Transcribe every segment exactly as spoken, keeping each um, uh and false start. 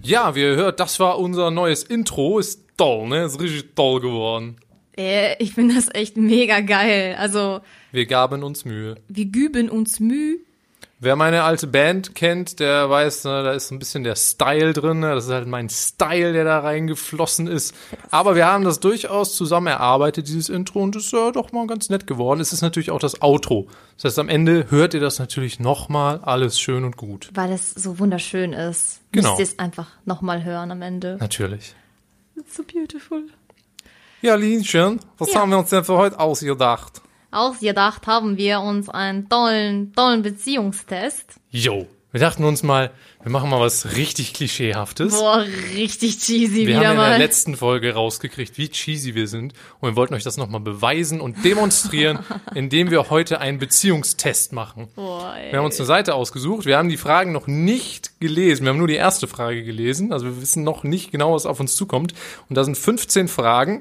Ja, wie ihr hört, das war unser neues Intro. Ist toll, ne? Ist richtig toll geworden. Äh, ich finde das echt mega geil. Also, Wir gaben uns Mühe. wir güben uns Mühe. Wer meine alte Band kennt, der weiß, ne, da ist so ein bisschen der Style drin. Ne? Das ist halt mein Style, der da reingeflossen ist. Aber wir haben das durchaus zusammen erarbeitet, dieses Intro, und ist ja doch mal ganz nett geworden. Es ist natürlich auch das Outro. Das heißt, am Ende hört ihr das natürlich nochmal alles schön und gut. Weil es so wunderschön ist. Genau. Müsst ihr es einfach nochmal hören am Ende. Natürlich. It's so beautiful. Ja, Linchen, was Ja. haben wir uns denn für heute ausgedacht? Ausgedacht haben wir uns einen tollen, tollen Beziehungstest. Jo, wir dachten uns mal, wir machen mal was richtig Klischeehaftes. Boah, richtig cheesy Wir haben wieder ja in der mal. letzten Folge rausgekriegt, wie cheesy wir sind. Und wir wollten euch das nochmal beweisen und demonstrieren, indem wir heute einen Beziehungstest machen. Boah, ey. Wir haben uns eine Seite ausgesucht. Wir haben die Fragen noch nicht gelesen. Wir haben nur die erste Frage gelesen. Also wir wissen noch nicht genau, was auf uns zukommt. Und da sind fünfzehn Fragen.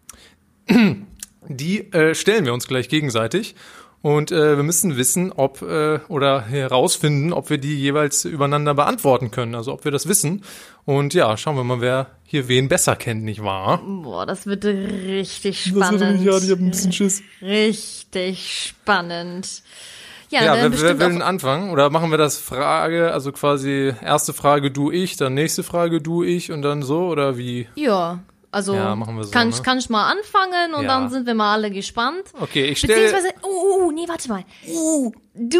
Die äh, stellen wir uns gleich gegenseitig. Und äh, wir müssen wissen, ob äh, oder herausfinden, ob wir die jeweils übereinander beantworten können. Also ob wir das wissen. Und ja, schauen wir mal, wer hier wen besser kennt, nicht wahr? Boah, das wird richtig Das wird spannend. nämlich, ja, ich hab ein bisschen Schiss. Richtig spannend. Ja, Ja, ne, wer, wer bestimmt will auch, denn anfangen? Oder machen wir das Frage, also quasi erste Frage du, ich, dann nächste Frage du, ich und dann so? Oder wie? ja, also Ja, machen wir so, kann, ne? ich, kann ich mal anfangen und Ja. dann sind wir mal alle gespannt. Okay, ich stelle... Beziehungsweise, uh, uh, uh, nee, warte mal. Uh, du,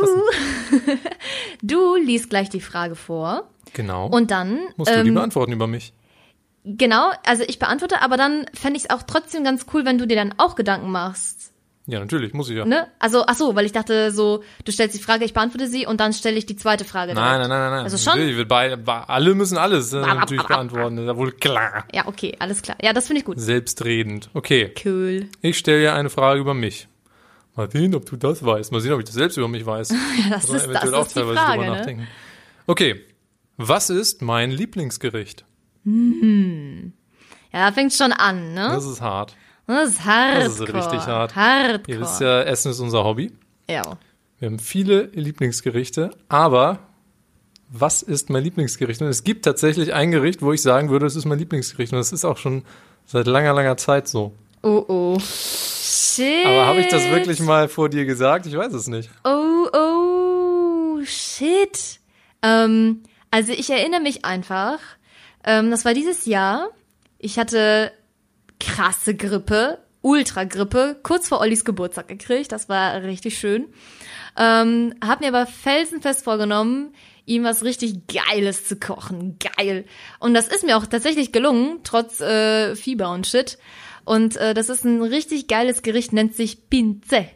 du liest gleich die Frage vor Genau. und dann, musst du die ähm, beantworten über mich. genau, also ich beantworte, aber dann fände ich es auch trotzdem ganz cool, wenn du dir dann auch Gedanken machst. Ja, natürlich, muss ich ja. Ne? Also, ach so, weil ich dachte so, du stellst die Frage, ich beantworte sie und dann stelle ich die zweite Frage. Nein, direkt. nein, nein, nein. Also schon? Natürlich, wir beide, be- alle müssen alles äh, Bam, natürlich bam, bam, beantworten. Ist ja wohl klar. Ja, okay, alles klar. Ja, das finde ich gut. Selbstredend. Okay, Cool. ich stelle dir eine Frage über mich. Mal sehen, ob du das weißt. Mal sehen, ob ich das selbst über mich weiß. Ja, das Oder ist, das eventuell auch ist die teilweise Frage, drüber ne? nachdenken. Okay, was ist mein Lieblingsgericht? Ja, da fängt's schon an, ne? Das ist hart. Das ist hardcore. Das ist richtig hart. Hardcore. Ihr wisst ja, Essen ist unser Hobby. Ja. Wir haben viele Lieblingsgerichte, aber was ist mein Lieblingsgericht? Und es gibt tatsächlich ein Gericht, wo ich sagen würde, es ist mein Lieblingsgericht. Und das ist auch schon seit langer, langer Zeit so. Oh, oh. Shit. Aber habe ich das wirklich mal vor dir gesagt? Ich weiß es nicht. Oh, oh, shit. Ähm, also ich erinnere mich einfach, ähm, das war dieses Jahr, ich hatte krasse Grippe, Ultra-Grippe, kurz vor Ollis Geburtstag gekriegt, das war richtig schön. Ähm, hab mir aber felsenfest vorgenommen, ihm was richtig Geiles zu kochen. Geil. Und das ist mir auch tatsächlich gelungen, trotz äh, Fieber und Shit. Und äh, das ist ein richtig geiles Gericht, nennt sich Pinze.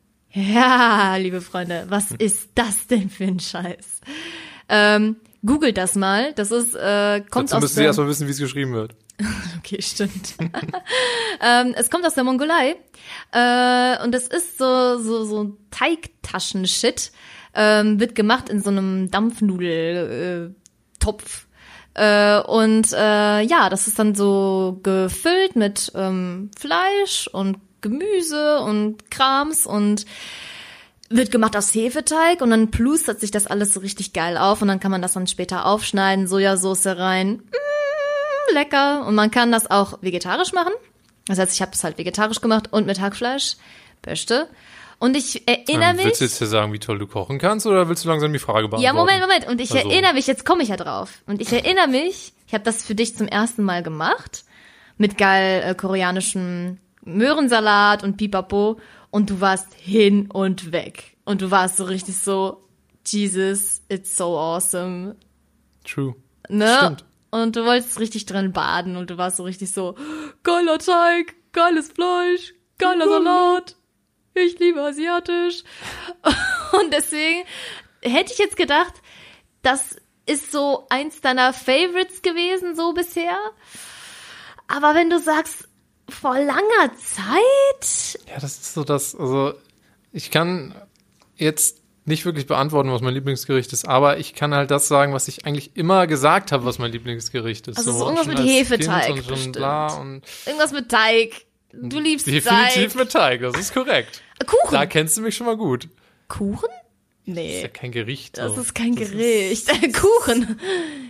Ja, liebe Freunde, was ist das denn für ein Scheiß? Ähm, googelt das mal. Das ist, äh, kommt Dazu aus müsst ihr der... erstmal wissen, wie es geschrieben wird. Okay, stimmt. ähm, es kommt aus der Mongolei. Äh, und es ist so, so, so Teigtaschen-Shit. Ähm, wird gemacht in so einem Dampfnudel-Topf. Äh, und äh, ja, das ist dann so gefüllt mit ähm, Fleisch und Gemüse und Krams und wird gemacht aus Hefeteig und dann plustert sich das alles so richtig geil auf und dann kann man das dann später aufschneiden, Sojasauce rein. Mmh, lecker. Und man kann das auch vegetarisch machen. Das heißt, ich habe das halt vegetarisch gemacht und mit Hackfleisch. Beste. Und ich erinnere Ähm, mich... willst du jetzt hier sagen, wie toll du kochen kannst, oder willst du langsam die Frage beantworten? Ja, Moment, Moment. Und ich Also. erinnere mich, jetzt komme ich ja drauf. Und ich erinnere mich, ich habe das für dich zum ersten Mal gemacht. Mit geil äh, koreanischem Möhrensalat und Pipapo. Und du warst hin und weg. Und du warst so richtig so, Jesus, it's so awesome. True. Ne? Stimmt. Und du wolltest richtig drin baden. Und du warst so richtig so, geiler Teig, geiles Fleisch, geiler Salat. Ich liebe asiatisch. Und deswegen hätte ich jetzt gedacht, das ist so eins deiner Favorites gewesen, so bisher. Aber wenn du sagst, vor langer Zeit? Ja, das ist so das, also ich kann jetzt nicht wirklich beantworten, was mein Lieblingsgericht ist, aber ich kann halt das sagen, was ich eigentlich immer gesagt habe, was mein Lieblingsgericht ist. Also so, so irgendwas schon mit als Hefeteig Kind und schon bestimmt. bla und Irgendwas mit Teig. Du liebst definitiv Teig. mit Teig, das ist korrekt. Kuchen? Da kennst du mich schon mal gut. Kuchen? Das ist Nee, ja kein Gericht. das so. ist kein Gericht. Kuchen.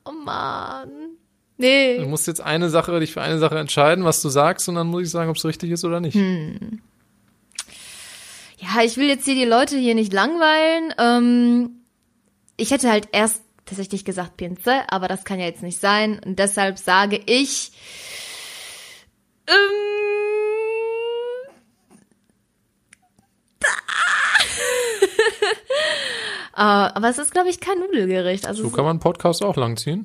Oh Mann. Nee. Du musst jetzt eine Sache, dich für eine Sache entscheiden, was du sagst, und dann muss ich sagen, ob es richtig ist oder nicht. Hm. Ja, ich will jetzt hier die Leute hier nicht langweilen. Ähm, ich hätte halt erst tatsächlich gesagt Pinze, aber das kann ja jetzt nicht sein. Und deshalb sage ich, ähm, äh, aber es ist, glaube ich, kein Nudelgericht. Also So kann man einen Podcast auch langziehen.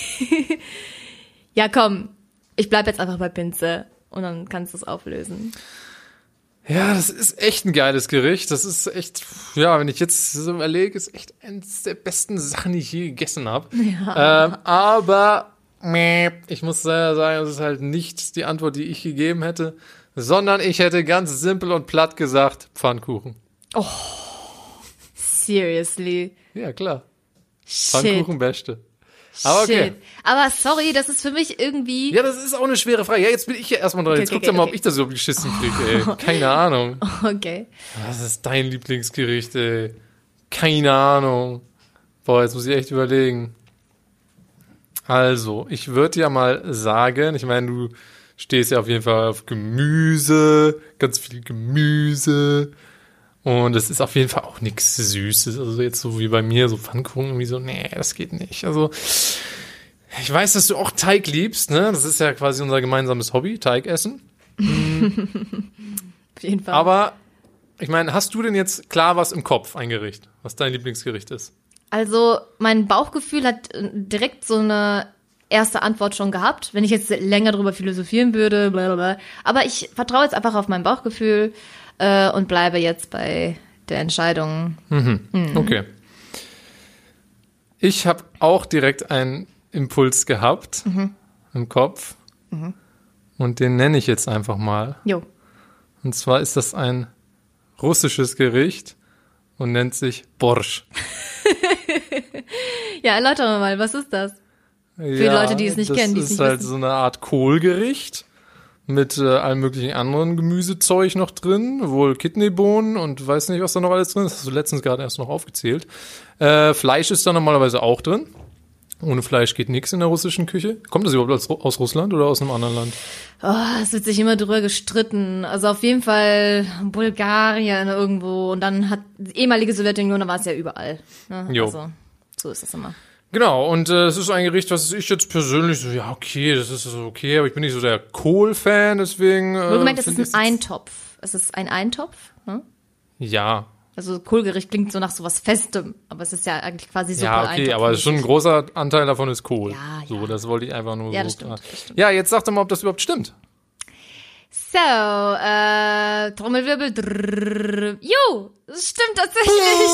ja, komm, ich bleib jetzt einfach bei Pinze und dann kannst du es auflösen. Ja, das ist echt ein geiles Gericht. Das ist echt, ja, wenn ich jetzt so überlege, ist echt eines der besten Sachen, die ich je gegessen habe. Ja. Ähm, aber ich muss leider sagen, das ist halt nicht die Antwort, die ich gegeben hätte, sondern ich hätte ganz simpel und platt gesagt, Pfannkuchen. Oh, seriously? Ja, klar. Shit. Pfannkuchen beste. Aber okay. Shit. Aber sorry, das ist für mich irgendwie... Ja, das ist auch eine schwere Frage. Ja, jetzt bin ich ja erstmal dran. Okay, jetzt okay, guck doch mal, okay. ob ich das überhaupt geschissen kriege, ey. Keine Ahnung. Okay. Was ist dein Lieblingsgericht, ey? Keine Ahnung. Boah, jetzt muss ich echt überlegen. Also, ich würde ja mal sagen, ich meine, du stehst ja auf jeden Fall auf Gemüse, ganz viel Gemüse. Und es ist auf jeden Fall auch nichts Süßes. Also jetzt so wie bei mir, so Pfannkuchen, irgendwie so, nee, das geht nicht. Also, ich weiß, dass du auch Teig liebst, ne? Das ist ja quasi unser gemeinsames Hobby, Teig essen. Auf jeden Fall. Aber, ich meine, hast du denn jetzt klar was im Kopf, ein Gericht, was dein Lieblingsgericht ist? Also, mein Bauchgefühl hat äh, direkt so eine erste Antwort schon gehabt. Wenn ich jetzt länger drüber philosophieren würde, blablabla. Aber ich vertraue jetzt einfach auf mein Bauchgefühl äh, und bleibe jetzt bei der Entscheidung. Mhm. Mhm. Okay. Ich habe auch direkt einen Impuls gehabt mhm. im Kopf. Mhm. Und den nenne ich jetzt einfach mal. Jo. Und zwar ist das ein russisches Gericht und nennt sich Borsch. Ja, erläutere mal, was ist das? Für ja, die Leute, die es nicht das kennen, die es ist nicht halt wissen. so eine Art Kohlgericht mit äh, allem möglichen anderen Gemüsezeug noch drin, wohl Kidneybohnen und weiß nicht, was da noch alles drin ist. Das hast du letztens gerade erst noch aufgezählt. Äh, Fleisch ist da normalerweise auch drin. Ohne Fleisch geht nichts in der russischen Küche. Kommt das überhaupt aus, aus Russland oder aus einem anderen Land? Oh, es wird sich immer drüber gestritten. Also auf jeden Fall Bulgarien irgendwo und dann hat die ehemalige Sowjetunion, da war es ja überall. Ne? Jo. Also so ist das immer. Genau, und äh, es ist ein Gericht, was ich jetzt persönlich so, ja, okay, das ist so okay, aber ich bin nicht so der Kohl-Fan, deswegen... Äh, Wohlgemerkt, es ist find ein ich's Eintopf. Es ist ein Eintopf, ne? jetzt- Ja, Also Kohlgericht klingt so nach sowas Festem, aber es ist ja eigentlich quasi so ja, okay, aber schon ein großer Anteil davon ist Kohl. Ja, so, ja. das wollte ich einfach nur Ja, so das stimmt, klar. das stimmt. Ja, jetzt sag doch mal, ob das überhaupt stimmt. So, äh, Trommelwirbel. Drrrr. Jo, das stimmt tatsächlich.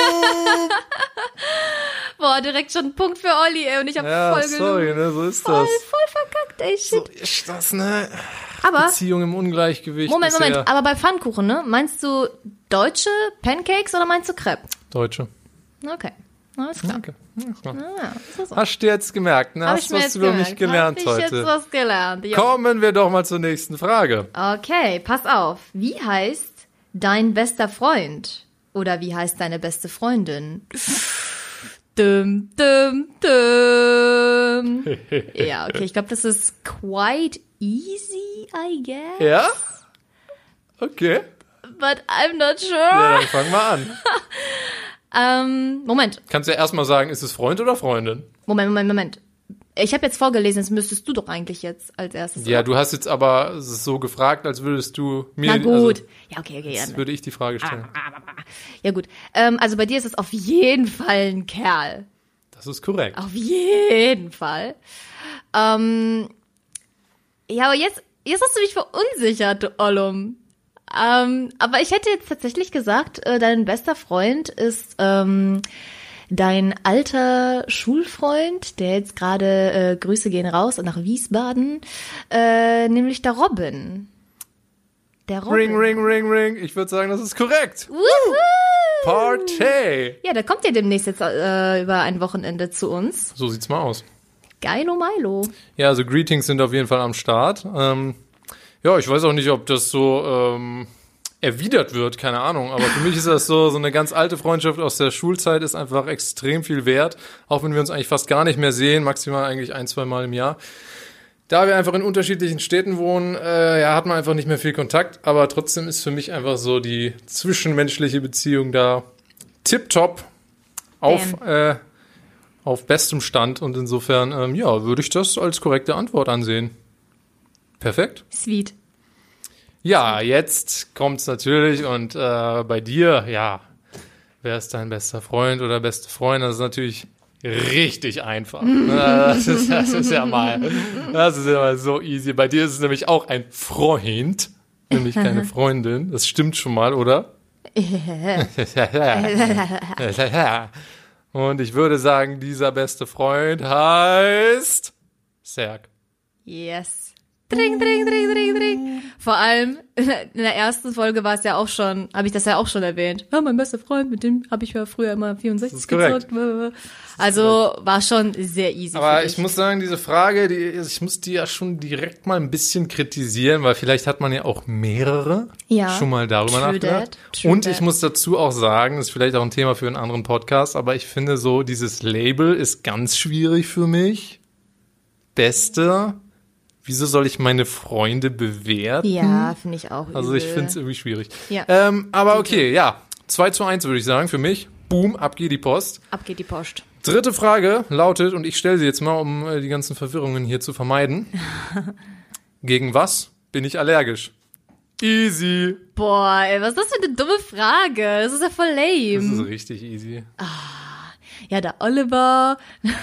Boah, direkt schon ein Punkt für Olli, ey, und ich hab Ja, voll sorry, gelungen. ne, so ist Voll, das. voll verkackt, ey, shit. So ist das, ne? Aber, Beziehung im Ungleichgewicht. Moment, ist Moment, ja aber bei Pfannkuchen, ne? Meinst du deutsche Pancakes oder meinst du Crepe? Deutsche. Okay, alles klar. Okay. Ja, klar. Ah, so, so. Hast du jetzt gemerkt, ne? Hab Hast ich mir was jetzt über gemerkt. mich gelernt Hab ich heute. jetzt was gelernt. Ja. Kommen wir doch mal zur nächsten Frage. Okay, pass auf. Wie heißt dein bester Freund? Oder wie heißt deine beste Freundin? Dum, dum, dum. Ja, okay, ich glaube, das ist quite easy, I guess. Ja? Okay. But I'm not sure. Ja, dann fang mal an. Ähm, Moment, Kannst du ja erstmal sagen, ist es Freund oder Freundin? Moment, Moment, Moment. Ich habe jetzt vorgelesen, das müsstest du doch eigentlich jetzt als erstes. Ja, du hast jetzt aber es ist so gefragt, als würdest du mir... Na gut. Also, Ja, okay, okay. Ja, jetzt würde ich die Frage stellen. ja gut. Ähm, also bei dir ist es auf jeden Fall ein Kerl. Das ist korrekt. Auf jeden Fall. Ähm, ja, aber jetzt, jetzt hast du mich verunsichert, du Ollum. Ähm, aber ich hätte jetzt tatsächlich gesagt, äh, dein bester Freund ist ähm, dein alter Schulfreund, der jetzt gerade, äh, Grüße gehen raus nach Wiesbaden, äh, nämlich der Robin. Der Robin. Ring, ring, ring, ring. Ich würde sagen, das ist korrekt. Wuhu! Party. Ja, der kommt ja demnächst jetzt äh, über ein Wochenende zu uns. So sieht's mal aus. Geilo Milo. Ja, also Greetings sind auf jeden Fall am Start. Ähm, ja, ich weiß auch nicht, ob das so, ähm, erwidert wird, keine Ahnung. Aber für mich ist das so, so eine ganz alte Freundschaft aus der Schulzeit ist einfach extrem viel wert. Auch wenn wir uns eigentlich fast gar nicht mehr sehen, maximal eigentlich ein, zwei Mal im Jahr. Da wir einfach in unterschiedlichen Städten wohnen, äh, ja, hat man einfach nicht mehr viel Kontakt. Aber trotzdem ist für mich einfach so die zwischenmenschliche Beziehung da tipptopp auf, äh, auf bestem Stand. Und insofern, ähm, ja, würde ich das als korrekte Antwort ansehen. Perfekt. Sweet. Ja, jetzt kommt's natürlich und äh, bei dir, ja, wer ist dein bester Freund oder beste Freundin? Das ist natürlich richtig einfach. Das ist, das ist ja mal, das ist ja mal so easy. Bei dir ist es nämlich auch ein Freund, nämlich keine Freundin. Das stimmt schon mal, oder? Und ich würde sagen, dieser beste Freund heißt Serg. Yes. Dring, dring, dring, dring, dring. Vor allem in der ersten Folge war es ja auch schon, habe ich das ja auch schon erwähnt. Ja, mein bester Freund, mit dem habe ich ja früher immer vierundsechzig gezockt. Also war schon sehr easy. Aber ich muss sagen, diese Frage, die, ich muss die ja schon direkt mal ein bisschen kritisieren, weil vielleicht hat man ja auch mehrere ja, schon mal darüber true nachgedacht. That, true Und ich that. muss dazu auch sagen, das ist vielleicht auch ein Thema für einen anderen Podcast, aber ich finde so, dieses Label ist ganz schwierig für mich. Beste. Wieso soll ich meine Freunde bewerten? Ja, finde ich auch übel. Also ich finde es irgendwie schwierig. Ja. Ähm, aber okay, ja. zwei zu eins würde ich sagen für mich. Boom, ab geht die Post. Ab geht die Post. Dritte Frage lautet, und ich stelle sie jetzt mal, um äh, die ganzen Verwirrungen hier zu vermeiden. Gegen was bin ich allergisch? Easy. Boah, ey, was ist das für eine dumme Frage? Das ist ja voll lame. Das ist richtig easy. Ja, der Oliver,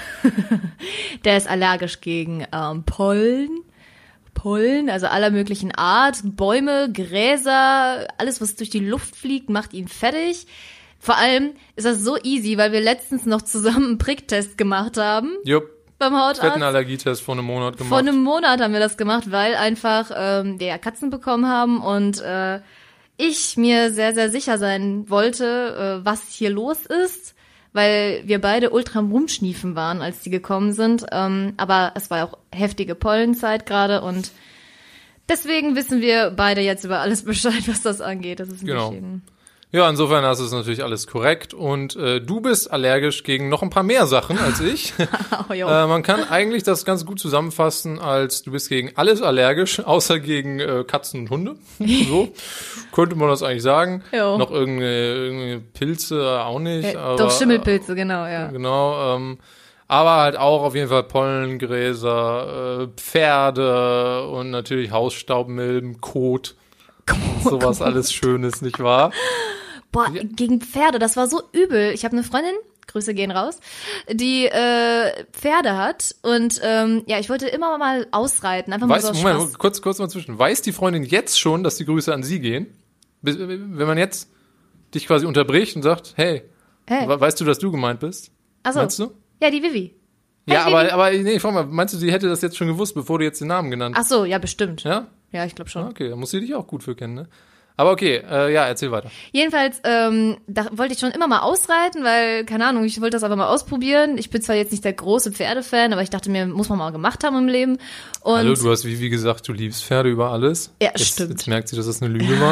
der ist allergisch gegen ähm, Pollen. Pollen, also aller möglichen Art. Bäume, Gräser, alles, was durch die Luft fliegt, macht ihn fertig. Vor allem ist das so easy, weil wir letztens noch zusammen einen Pricktest gemacht haben. Jupp. Beim Hautarzt. Ich hätte einen Allergietest vor einem Monat gemacht. Vor einem Monat haben wir das gemacht, weil einfach ähm, wir ja Katzen bekommen haben und äh, ich mir sehr, sehr sicher sein wollte, äh, was hier los ist, weil wir beide ultra am Rumschniefen waren, als die gekommen sind. Ähm, aber es war auch heftige Pollenzeit gerade und deswegen wissen wir beide jetzt über alles Bescheid, was das angeht. Das ist ein Genau. bisschen... Ja, insofern hast du es natürlich alles korrekt. Und äh, du bist allergisch gegen noch ein paar mehr Sachen als ich. Oh, jo. äh, man kann eigentlich das ganz gut zusammenfassen als du bist gegen alles allergisch, außer gegen äh, Katzen und Hunde. So könnte man das eigentlich sagen. Jo. Noch irgendeine, irgendeine Pilze auch nicht. Äh, aber, doch, Schimmelpilze, genau, ja. Genau, ähm, aber halt auch auf jeden Fall Pollengräser, äh, Pferde und natürlich Hausstaubmilben, Kot. Sowas alles Schönes, nicht wahr? Boah, gegen Pferde, das war so übel. Ich habe eine Freundin, Grüße gehen raus, die äh, Pferde hat und ähm, ja, ich wollte immer mal ausreiten, einfach mal Weiß, so aus Moment, Spaß. kurz, kurz mal zwischen. Weiß die Freundin jetzt schon, dass die Grüße an sie gehen? Bis- Wenn man jetzt dich quasi unterbricht und sagt, hey, Hey. we- weißt du, dass du gemeint bist? Achso. Meinst du? Ja, die Vivi. Ja, Hey, aber, Vivi. aber nee, frag mal, meinst du, sie hätte das jetzt schon gewusst, bevor du jetzt den Namen genannt hast? Ach so, ja, bestimmt. Ja? Ja, ich glaube schon. Okay, da muss sie dich auch gut für kennen, ne? Aber okay, äh, ja, erzähl weiter. Jedenfalls, ähm, da wollte ich schon immer mal ausreiten, weil, keine Ahnung, ich wollte das einfach mal ausprobieren. Ich bin zwar jetzt nicht der große Pferdefan, aber ich dachte mir, muss man mal gemacht haben im Leben. Und Hallo, du hast wie, wie gesagt, du liebst Pferde über alles. Ja, jetzt, stimmt. Jetzt merkt sie, dass das eine Lüge war.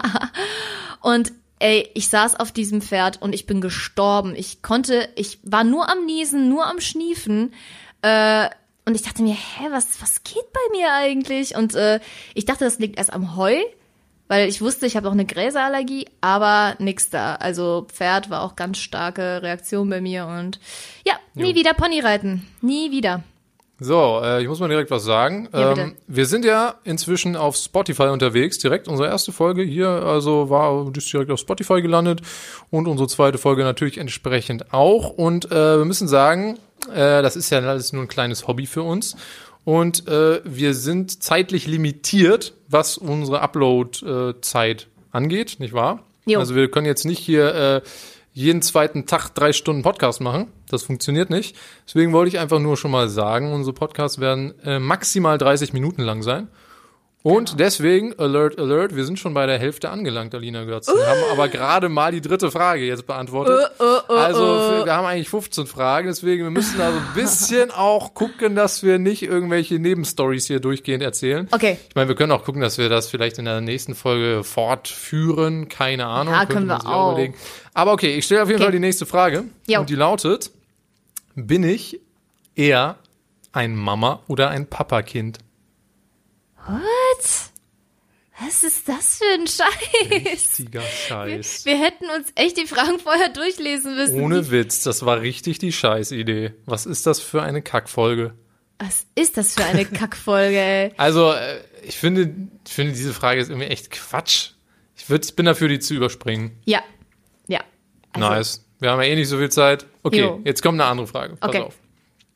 Und ey, ich saß auf diesem Pferd und ich bin gestorben. Ich konnte, ich war nur am Niesen, nur am Schniefen. Äh, und ich dachte mir, hä, was, was geht bei mir eigentlich? Und äh, ich dachte, das liegt erst am Heu, weil ich wusste, ich habe auch eine Gräserallergie, aber nix da. Also Pferd war auch ganz starke Reaktion bei mir und ja, nie Jo. wieder Pony reiten. Nie wieder. So, äh, ich muss mal direkt was sagen. Ja, bitte. ähm, wir sind ja inzwischen auf Spotify unterwegs. Direkt unsere erste Folge hier, also war die ist direkt auf Spotify gelandet und unsere zweite Folge natürlich entsprechend auch. Und äh, wir müssen sagen, äh, das ist ja alles nur ein kleines Hobby für uns. Und äh, wir sind zeitlich limitiert, was unsere Upload-Zeit angeht, nicht wahr? Jo. Also wir können jetzt nicht hier äh, jeden zweiten Tag drei Stunden Podcast machen. Das funktioniert nicht. Deswegen wollte ich einfach nur schon mal sagen, unsere Podcasts werden äh, maximal dreißig Minuten lang sein. Und genau. deswegen, Alert, Alert, wir sind schon bei der Hälfte angelangt, Alina Götz. Wir uh. haben aber gerade mal die dritte Frage jetzt beantwortet. Uh, uh, uh, also für, wir haben eigentlich fünfzehn Fragen, deswegen wir müssen da so ein bisschen auch gucken, dass wir nicht irgendwelche Nebenstories hier durchgehend erzählen. Okay. Ich meine, wir können auch gucken, dass wir das vielleicht in der nächsten Folge fortführen. Keine Ahnung. Ja, können wir auch. Überlegen. Aber okay, ich stelle auf jeden okay. Fall die nächste Frage. Jo. Und die lautet, bin ich eher ein Mama- oder ein Papakind? What? Was ist das für ein Scheiß? Richtiger Scheiß. Wir, wir hätten uns echt die Fragen vorher durchlesen müssen. Ohne Witz, das war richtig die Scheißidee. Was ist das für eine Kackfolge? Was ist das für eine Kackfolge, ey? Also, ich finde, ich finde, diese Frage ist irgendwie echt Quatsch. Ich, würd, ich bin dafür, die zu überspringen. Ja, ja. Also. Nice. Wir haben ja eh nicht so viel Zeit. Okay, jo. Jetzt kommt eine andere Frage. Pass okay. auf.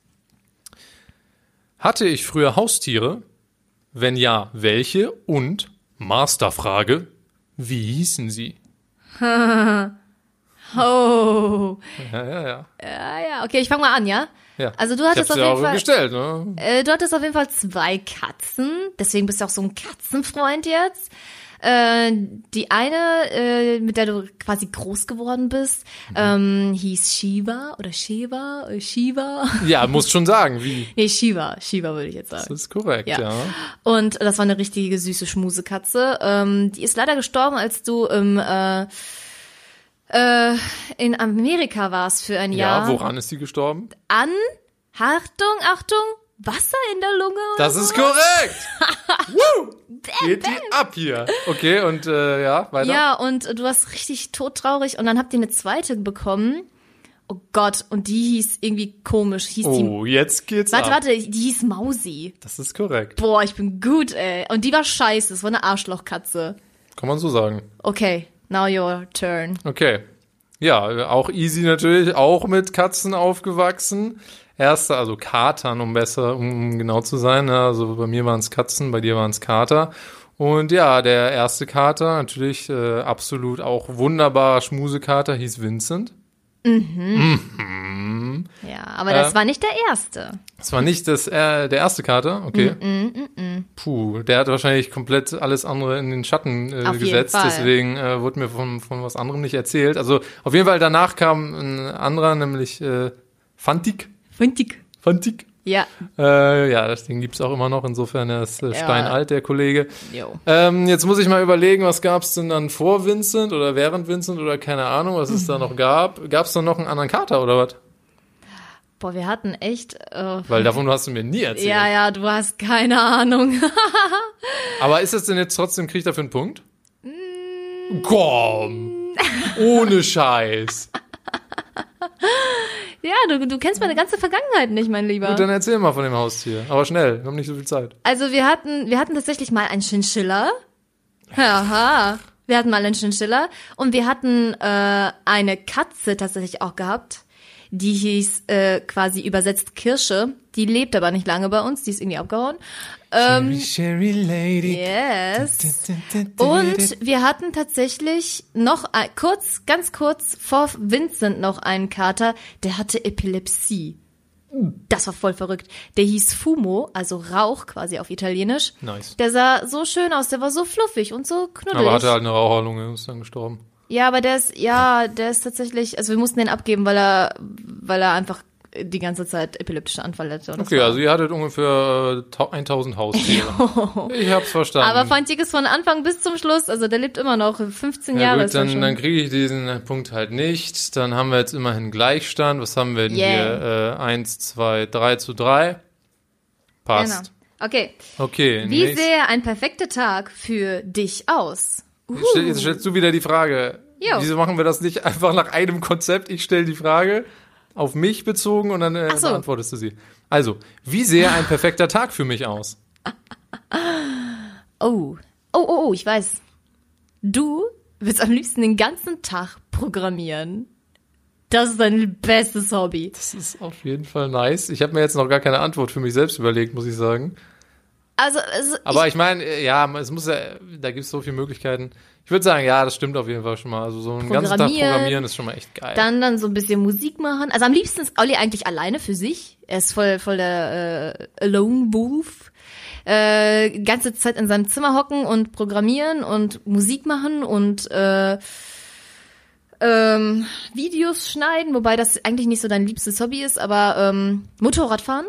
Hatte ich früher Haustiere? Wenn ja, welche? Und, Masterfrage, wie hießen sie? oh. Ja, ja, ja. Ja, ja. Okay, ich fange mal an, ja? Ja. Also du hattest ich auf jeden ja auch Fall gestellt, ne? Äh, du hattest auf jeden Fall zwei Katzen, deswegen bist du auch so ein Katzenfreund jetzt. Äh, die eine, äh, mit der du quasi groß geworden bist, mhm. ähm, hieß Shiva oder Shiva, äh, Shiva. Ja, musst schon sagen, wie. Nee, Shiva, Shiva würde ich jetzt sagen. Das ist korrekt, ja. ja. Und das war eine richtige süße Schmusekatze. Ähm, die ist leider gestorben, als du im äh, äh, in Amerika warst für ein Jahr. Ja, woran ist sie gestorben? An, Achtung, Achtung, Wasser in der Lunge oder Das ist korrekt! Woo! Geht die ab hier. Okay, und äh, ja, weiter? Ja, und du warst richtig todtraurig und dann habt ihr eine zweite bekommen. Oh Gott, und die hieß irgendwie komisch. Hieß oh, die, jetzt geht's warte, ab. Warte, warte, die hieß Mausi. Das ist korrekt. Boah, ich bin gut, ey. Und die war scheiße, das war eine Arschlochkatze. Kann man so sagen. Okay, now your turn. Okay. Ja, auch easy natürlich, auch mit Katzen aufgewachsen. Erste, also Katern, um besser, um genau zu sein. Also bei mir waren es Katzen, bei dir waren es Kater. Und ja, der erste Kater, natürlich äh, absolut auch wunderbarer Schmusekater, hieß Vincent. Mhm. Mhm. Ja, aber das äh, war nicht der erste. Das war nicht das, äh, der erste Kater, okay. Mhm, mhm, mhm. Puh, der hat wahrscheinlich komplett alles andere in den Schatten äh, auf gesetzt, jeden Fall. Deswegen äh, wurde mir von, von was anderem nicht erzählt. Also auf jeden Fall danach kam ein anderer, nämlich äh, Fantik. Fantik. Fantik. Ja. Äh, ja, das Ding gibt's auch immer noch, insofern er ist äh, ja. steinalt, der Kollege. Jo. Ähm, jetzt muss ich mal überlegen, was gab's denn dann vor Vincent oder während Vincent oder keine Ahnung, was es da noch gab. Gab's da noch einen anderen Kater oder was? Boah, wir hatten echt... Äh, Weil davon hast du mir nie erzählt. Ja, ja, du hast keine Ahnung. Aber ist das denn jetzt trotzdem, kriegt er für einen Punkt? Mm. Komm! Ohne Scheiß! Ja, du, du kennst meine ganze Vergangenheit nicht, mein Lieber. Gut, dann erzähl mal von dem Haustier. Aber schnell, wir haben nicht so viel Zeit. Also wir hatten, wir hatten tatsächlich mal einen Chinchilla. Aha. Wir hatten mal einen Chinchilla. Und wir hatten äh, eine Katze tatsächlich auch gehabt. Die hieß äh, quasi übersetzt Kirsche. Die lebt aber nicht lange bei uns. Die ist irgendwie abgehauen. Ähm, Sherry, Sherry Lady. Yes. Und wir hatten tatsächlich noch ein, kurz, ganz kurz vor Vincent noch einen Kater, der hatte Epilepsie. Das war voll verrückt. Der hieß Fumo, also Rauch quasi auf Italienisch. Nice. Der sah so schön aus, der war so fluffig und so knuddelig. Aber hatte halt eine Raucherlunge und ist dann gestorben. Ja, aber der ist, ja, der ist tatsächlich, also wir mussten den abgeben, weil er, weil er einfach die ganze Zeit epileptische Anfälle hatte. Okay, also ihr hattet ungefähr äh, tausend Haustiere. Ich hab's verstanden. Aber Fantik ist von Anfang bis zum Schluss, also der lebt immer noch fünfzehn ja, Jahre. Gut, ist er dann, schon. dann kriege ich diesen Punkt halt nicht. Dann haben wir jetzt immerhin Gleichstand. Was haben wir denn Yeah. hier? Äh, eins, zwei, drei zu drei. Passt. Genau. Okay. Okay. Wie nächst- sähe ein perfekter Tag für dich aus? Jetzt stell- Jetzt stellst du wieder die Frage. Jo. Wieso machen wir das nicht einfach nach einem Konzept? Ich stelle die Frage auf mich bezogen und dann äh, Ach so. beantwortest du sie. Also, wie sähe ein perfekter Tag für mich aus? Oh. Oh, oh, oh, ich weiß. Du willst am liebsten den ganzen Tag programmieren. Das ist dein bestes Hobby. Das ist auf jeden Fall nice. Ich habe mir jetzt noch gar keine Antwort für mich selbst überlegt, muss ich sagen. Also, also Aber ich, ich meine, ja, es muss ja, da gibt es so viele Möglichkeiten. Ich würde sagen, ja, das stimmt auf jeden Fall schon mal. Also so einen ganzen Tag programmieren ist schon mal echt geil. Dann dann so ein bisschen Musik machen. Also am liebsten ist Olli eigentlich alleine für sich. Er ist voll voll der äh, Alone Wolf. äh, die ganze Zeit in seinem Zimmer hocken und programmieren und Musik machen und äh, ähm, Videos schneiden, wobei das eigentlich nicht so dein liebstes Hobby ist, aber ähm, Motorradfahren.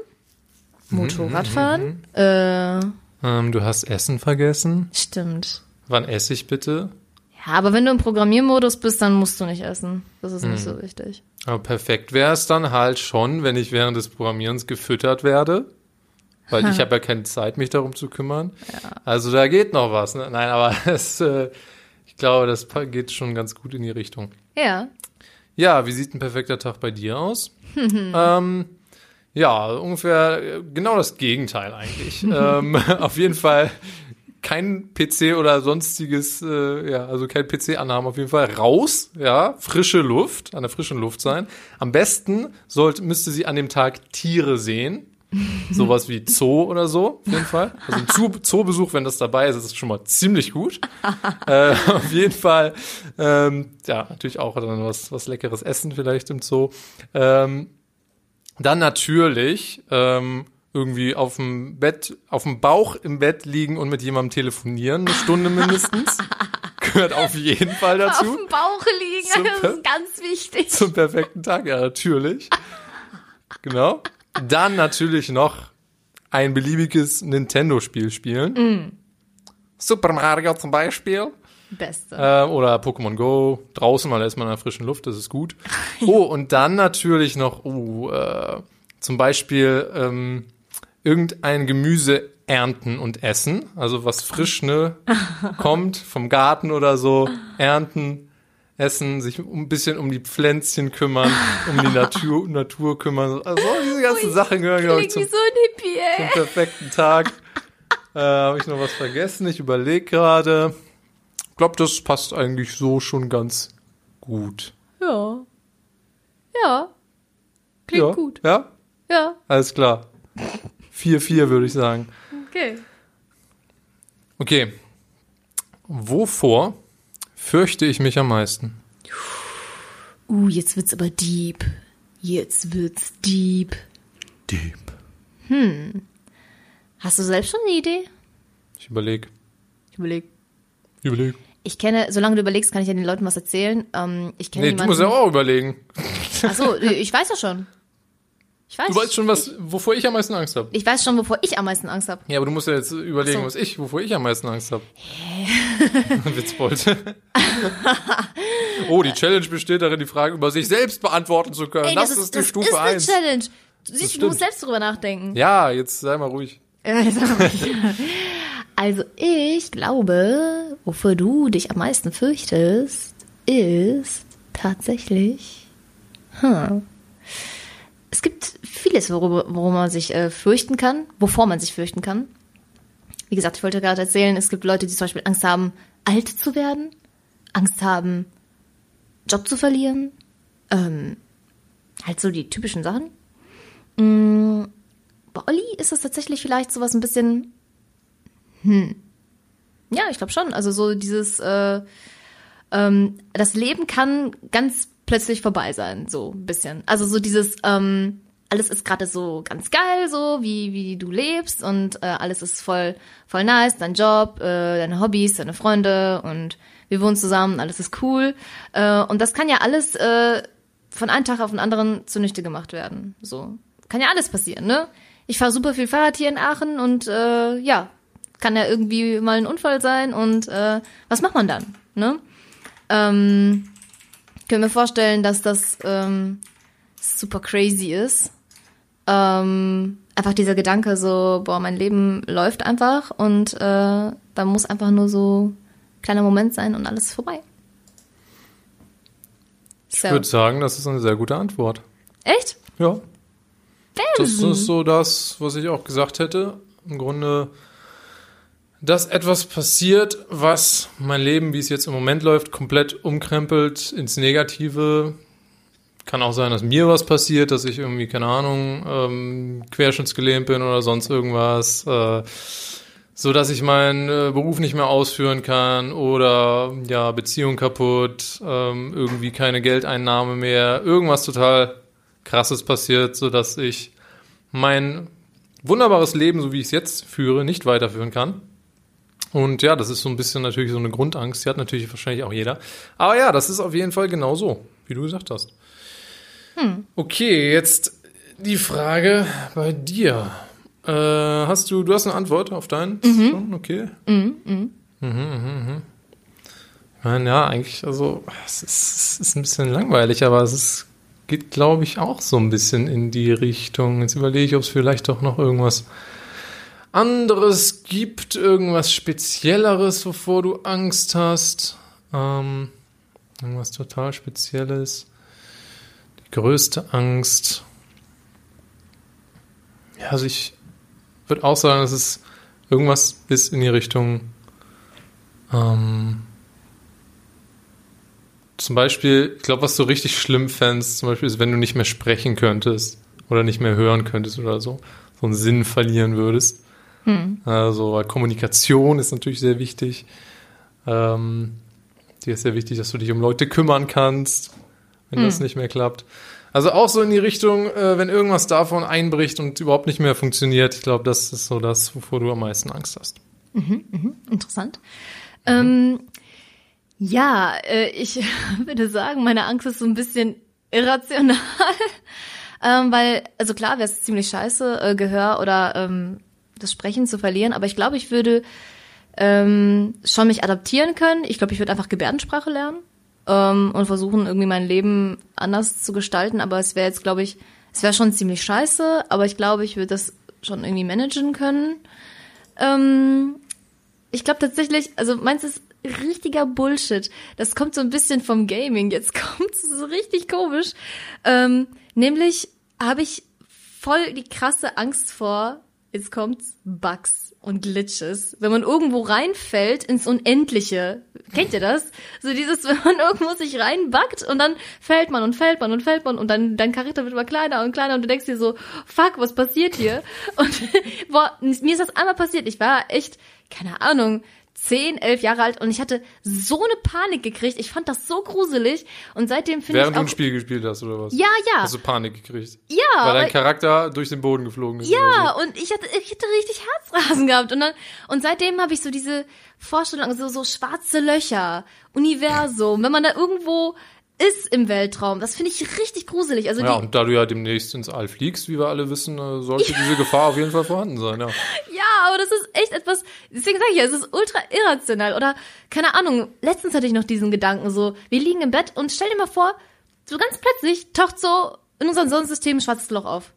Motorradfahren. Äh, ähm, du hast Essen vergessen. Stimmt. Wann esse ich bitte? Ja, aber wenn du im Programmiermodus bist, dann musst du nicht essen. Das ist nicht so wichtig. Aber perfekt wäre es dann halt schon, wenn ich während des Programmierens gefüttert werde. Weil ich habe ja keine Zeit, mich darum zu kümmern. Ja. Also da geht noch was. Ne? Nein, aber es, äh, ich glaube, das geht schon ganz gut in die Richtung. Ja. Ja, wie sieht ein perfekter Tag bei dir aus? ähm, ja, ungefähr genau das Gegenteil eigentlich. ähm, auf jeden Fall kein P C oder sonstiges, äh, ja, also kein P C anhaben, auf jeden Fall raus, ja, frische Luft, an der frischen Luft sein. Am besten sollte, müsste sie an dem Tag Tiere sehen. Sowas wie Zoo oder so, auf jeden Fall. Also ein Zoo, Zoobesuch, wenn das dabei ist, ist das schon mal ziemlich gut. äh, auf jeden Fall, ähm, ja, natürlich auch dann was, was leckeres Essen vielleicht im Zoo. Ähm, dann natürlich ähm, irgendwie auf dem Bett, auf dem Bauch im Bett liegen und mit jemandem telefonieren, eine Stunde mindestens. Gehört auf jeden Fall dazu. Auf dem Bauch liegen, Zum das ist ganz wichtig. Zum perfekten Tag, ja, natürlich. Genau. Dann natürlich noch ein beliebiges Nintendo-Spiel spielen. Mm. Super Mario zum Beispiel. Beste. Äh, oder Pokémon Go. Draußen, weil da ist man in der frischen Luft, das ist gut. Oh, und dann natürlich noch, oh, äh, zum Beispiel ähm, irgendein Gemüse ernten und essen. Also was frisch, ne, kommt vom Garten oder so. Ernten, essen, sich ein bisschen um die Pflänzchen kümmern, um die Natur, Natur kümmern. Also diese ganzen Ui, Sachen gehören, glaube ich, Klingt zum, wie so ein Hippie, zum ey. perfekten Tag. Äh, Habe ich noch was vergessen? Ich überlege gerade. Ich glaube, das passt eigentlich so schon ganz gut. Ja. Ja. Klingt ja. gut. Ja? Ja. Alles klar. vier vier würde ich sagen. Okay. Okay. Wovor fürchte ich mich am meisten? Uh, jetzt wird's aber deep. Jetzt wird's deep. Deep. Hast du selbst schon eine Idee? Ich überlege. Ich überleg. Ich überlege. Ich kenne, solange du überlegst, kann ich ja den Leuten was erzählen. Ähm, ich kenne Nee, du musst ja auch überlegen. Achso, ich weiß ja schon. Ich weiß. Du weißt schon, was, wovor ich am meisten Angst habe. Ich weiß schon, wovor ich am meisten Angst habe. Ja, aber du musst ja jetzt überlegen, Ach so. was ich, wovor ich am meisten Angst habe. Hä? Witzbold. Oh, die Challenge besteht darin, die Frage über sich selbst beantworten zu können. Ey, das, das, ist, ist, die das Stufe ist eine eins. Challenge. Du siehst, du stimmt. musst selbst drüber nachdenken. Ja, jetzt sei mal ruhig. Ja, jetzt sag mal. Also ich glaube, wofür du dich am meisten fürchtest, ist tatsächlich, hm, es gibt vieles, worüber, worum man sich äh, fürchten kann, wovor man sich fürchten kann. Wie gesagt, ich wollte gerade erzählen, es gibt Leute, die zum Beispiel Angst haben, alt zu werden, Angst haben, Job zu verlieren, ähm, halt so die typischen Sachen. Mm, bei Olli ist das tatsächlich vielleicht sowas ein bisschen, hm, ja, ich glaube schon, also so dieses, äh, ähm, das Leben kann ganz plötzlich vorbei sein, so ein bisschen. Also so dieses, ähm, alles ist gerade so ganz geil, so wie wie du lebst und äh, alles ist voll voll nice, dein Job, äh, deine Hobbys, deine Freunde und wir wohnen zusammen, alles ist cool. Äh, und das kann ja alles äh, von einem Tag auf den anderen zunichte gemacht werden. So kann ja alles passieren, ne? Ich fahre super viel Fahrrad hier in Aachen und äh, ja, kann ja irgendwie mal ein Unfall sein und äh, was macht man dann, ne? Ähm, können wir vorstellen, dass das ähm, super crazy ist. Ähm, einfach dieser Gedanke so, boah, mein Leben läuft einfach und äh, da muss einfach nur so ein kleiner Moment sein und alles ist vorbei. Ich So. würde sagen, das ist eine sehr gute Antwort. Echt? Ja. Bam. Das ist so das, was ich auch gesagt hätte. Im Grunde, dass etwas passiert, was mein Leben, wie es jetzt im Moment läuft, komplett umkrempelt ins Negative. Kann auch sein, dass mir was passiert, dass ich irgendwie, keine Ahnung, ähm, querschnittsgelähmt bin oder sonst irgendwas. Äh, so dass ich meinen äh, Beruf nicht mehr ausführen kann oder ja, Beziehung kaputt, ähm, irgendwie keine Geldeinnahme mehr, irgendwas total Krasses passiert, so dass ich mein wunderbares Leben, so wie ich es jetzt führe, nicht weiterführen kann. Und ja, das ist so ein bisschen natürlich so eine Grundangst. Die hat natürlich wahrscheinlich auch jeder. Aber ja, das ist auf jeden Fall genau so, wie du gesagt hast. Hm. Okay, jetzt die Frage bei dir. Äh, hast du, du hast eine Antwort auf deinen? Mhm. Schon? Okay. Mhm, mhm. Mhm, mhm, mhm. Ich meine, ja, eigentlich, also, es ist, es ist ein bisschen langweilig, aber es ist, geht, glaube ich, auch so ein bisschen in die Richtung. Jetzt überlege ich, ob es vielleicht doch noch irgendwas anderes gibt, irgendwas Spezielleres, wovor du Angst hast. Ähm, irgendwas total Spezielles. Die größte Angst. Ja, also ich würde auch sagen, dass es irgendwas ist in die Richtung, ähm, zum Beispiel, ich glaube, was du richtig schlimm fändest, zum Beispiel ist, wenn du nicht mehr sprechen könntest oder nicht mehr hören könntest oder so, so einen Sinn verlieren würdest. Hm. Also, weil Kommunikation ist natürlich sehr wichtig. Ähm, dir ist sehr wichtig, dass du dich um Leute kümmern kannst, wenn hm. das nicht mehr klappt. Also auch so in die Richtung, äh, wenn irgendwas davon einbricht und überhaupt nicht mehr funktioniert. Ich glaube, das ist so das, wovor du am meisten Angst hast. Mhm, mhm, interessant. Mhm. Ähm, ja, äh, ich würde sagen, meine Angst ist so ein bisschen irrational. ähm, weil, also klar wäre es ziemlich scheiße, äh, Gehör oder ähm, das Sprechen zu verlieren. Aber ich glaube, ich würde ähm, schon mich adaptieren können. Ich glaube, ich würde einfach Gebärdensprache lernen. Ähm, und versuchen, irgendwie mein Leben anders zu gestalten. Aber es wäre jetzt, glaube ich, es wäre schon ziemlich scheiße, aber ich glaube, ich würde das schon irgendwie managen können. Ähm, ich glaube tatsächlich, also meins ist richtiger Bullshit. Das kommt so ein bisschen vom Gaming. Jetzt kommt es so richtig komisch. Ähm, nämlich habe ich voll die krasse Angst vor, jetzt kommt's, Bugs und Glitches. Wenn man irgendwo reinfällt ins Unendliche. Kennt ihr das? So dieses, wenn man irgendwo sich reinbuggt und dann fällt man und fällt man und fällt man und dann dein Charakter wird immer kleiner und kleiner und du denkst dir so, fuck, was passiert hier? Und boah, mir ist das einmal passiert. Ich war echt, keine Ahnung, zehn, elf Jahre alt und ich hatte so eine Panik gekriegt. Ich fand das so gruselig und seitdem finde ich auch... Während du ein Spiel gespielt hast, oder was? Ja, ja. Hast du Panik gekriegt? Ja. Weil dein Charakter durch den Boden geflogen ist. Ja, so. Und ich hatte, ich hatte richtig Herzrasen gehabt und dann, und seitdem habe ich so diese Vorstellung, so, so schwarze Löcher, Universum, wenn man da irgendwo ist im Weltraum, das finde ich richtig gruselig. Also ja, die, und da du ja demnächst ins All fliegst, wie wir alle wissen, sollte ja. diese Gefahr auf jeden Fall vorhanden sein, ja. Ja, aber das ist echt etwas, deswegen sage ich ja, es ist ultra irrational. Oder, keine Ahnung, letztens hatte ich noch diesen Gedanken so, wir liegen im Bett und stell dir mal vor, so ganz plötzlich taucht so in unserem Sonnensystem ein schwarzes Loch auf.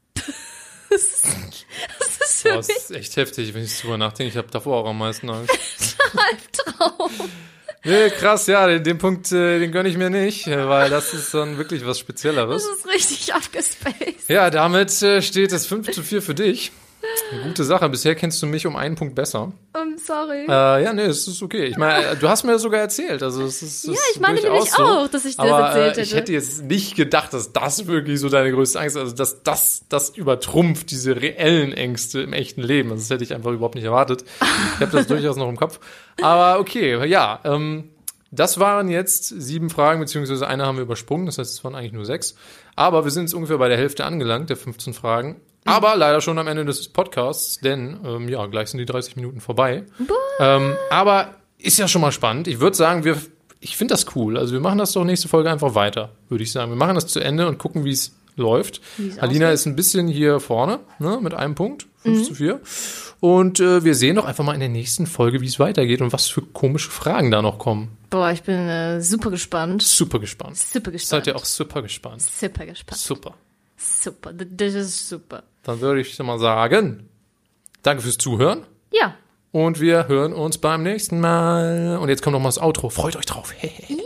Das ist, das ist für Boah, mich... Das ist echt heftig, wenn ich drüber nachdenke. Ich habe davor auch am meisten Angst. Albtraum. Nee, krass, ja, den, den Punkt, äh, den gönne ich mir nicht, weil das ist dann wirklich was Spezielleres. Das ist richtig abgespaced. Ja, damit äh, steht es fünf zu vier für dich. Eine gute Sache. Bisher kennst du mich um einen Punkt besser. I'm sorry. Äh, ja, nee, es ist okay. Ich meine, du hast mir das sogar erzählt. Also es ist, ja, ist ich meine nämlich so. auch, dass ich dir das Aber, erzählt hätte. Äh, ich hätte jetzt nicht gedacht, dass das wirklich so deine größte Angst ist. Also dass das, das übertrumpft diese reellen Ängste im echten Leben. Also das hätte ich einfach überhaupt nicht erwartet. Ich habe das durchaus noch im Kopf. Aber okay, ja, ähm, das waren jetzt sieben Fragen, beziehungsweise eine haben wir übersprungen, das heißt, es waren eigentlich nur sechs. Aber wir sind jetzt ungefähr bei der Hälfte angelangt, der fünfzehn Fragen. Aber leider schon am Ende des Podcasts, denn ähm, ja, gleich sind die dreißig Minuten vorbei. Ähm, aber ist ja schon mal spannend. Ich würde sagen, wir, ich finde das cool. Also wir machen das doch nächste Folge einfach weiter, würde ich sagen. Wir machen das zu Ende und gucken, wie es läuft. Alina ausgeht. Ist ein bisschen hier vorne, ne, mit einem Punkt, fünf mhm. zu vier. Und äh, wir sehen doch einfach mal in der nächsten Folge, wie es weitergeht und was für komische Fragen da noch kommen. Boah, ich bin äh, super gespannt. Super gespannt. Super gespannt. Seid ihr auch super gespannt? Super gespannt. Super. Super, das ist super. Dann würde ich mal sagen, danke fürs Zuhören. Ja. Und wir hören uns beim nächsten Mal. Und jetzt kommt noch mal das Outro. Freut euch drauf. Ja.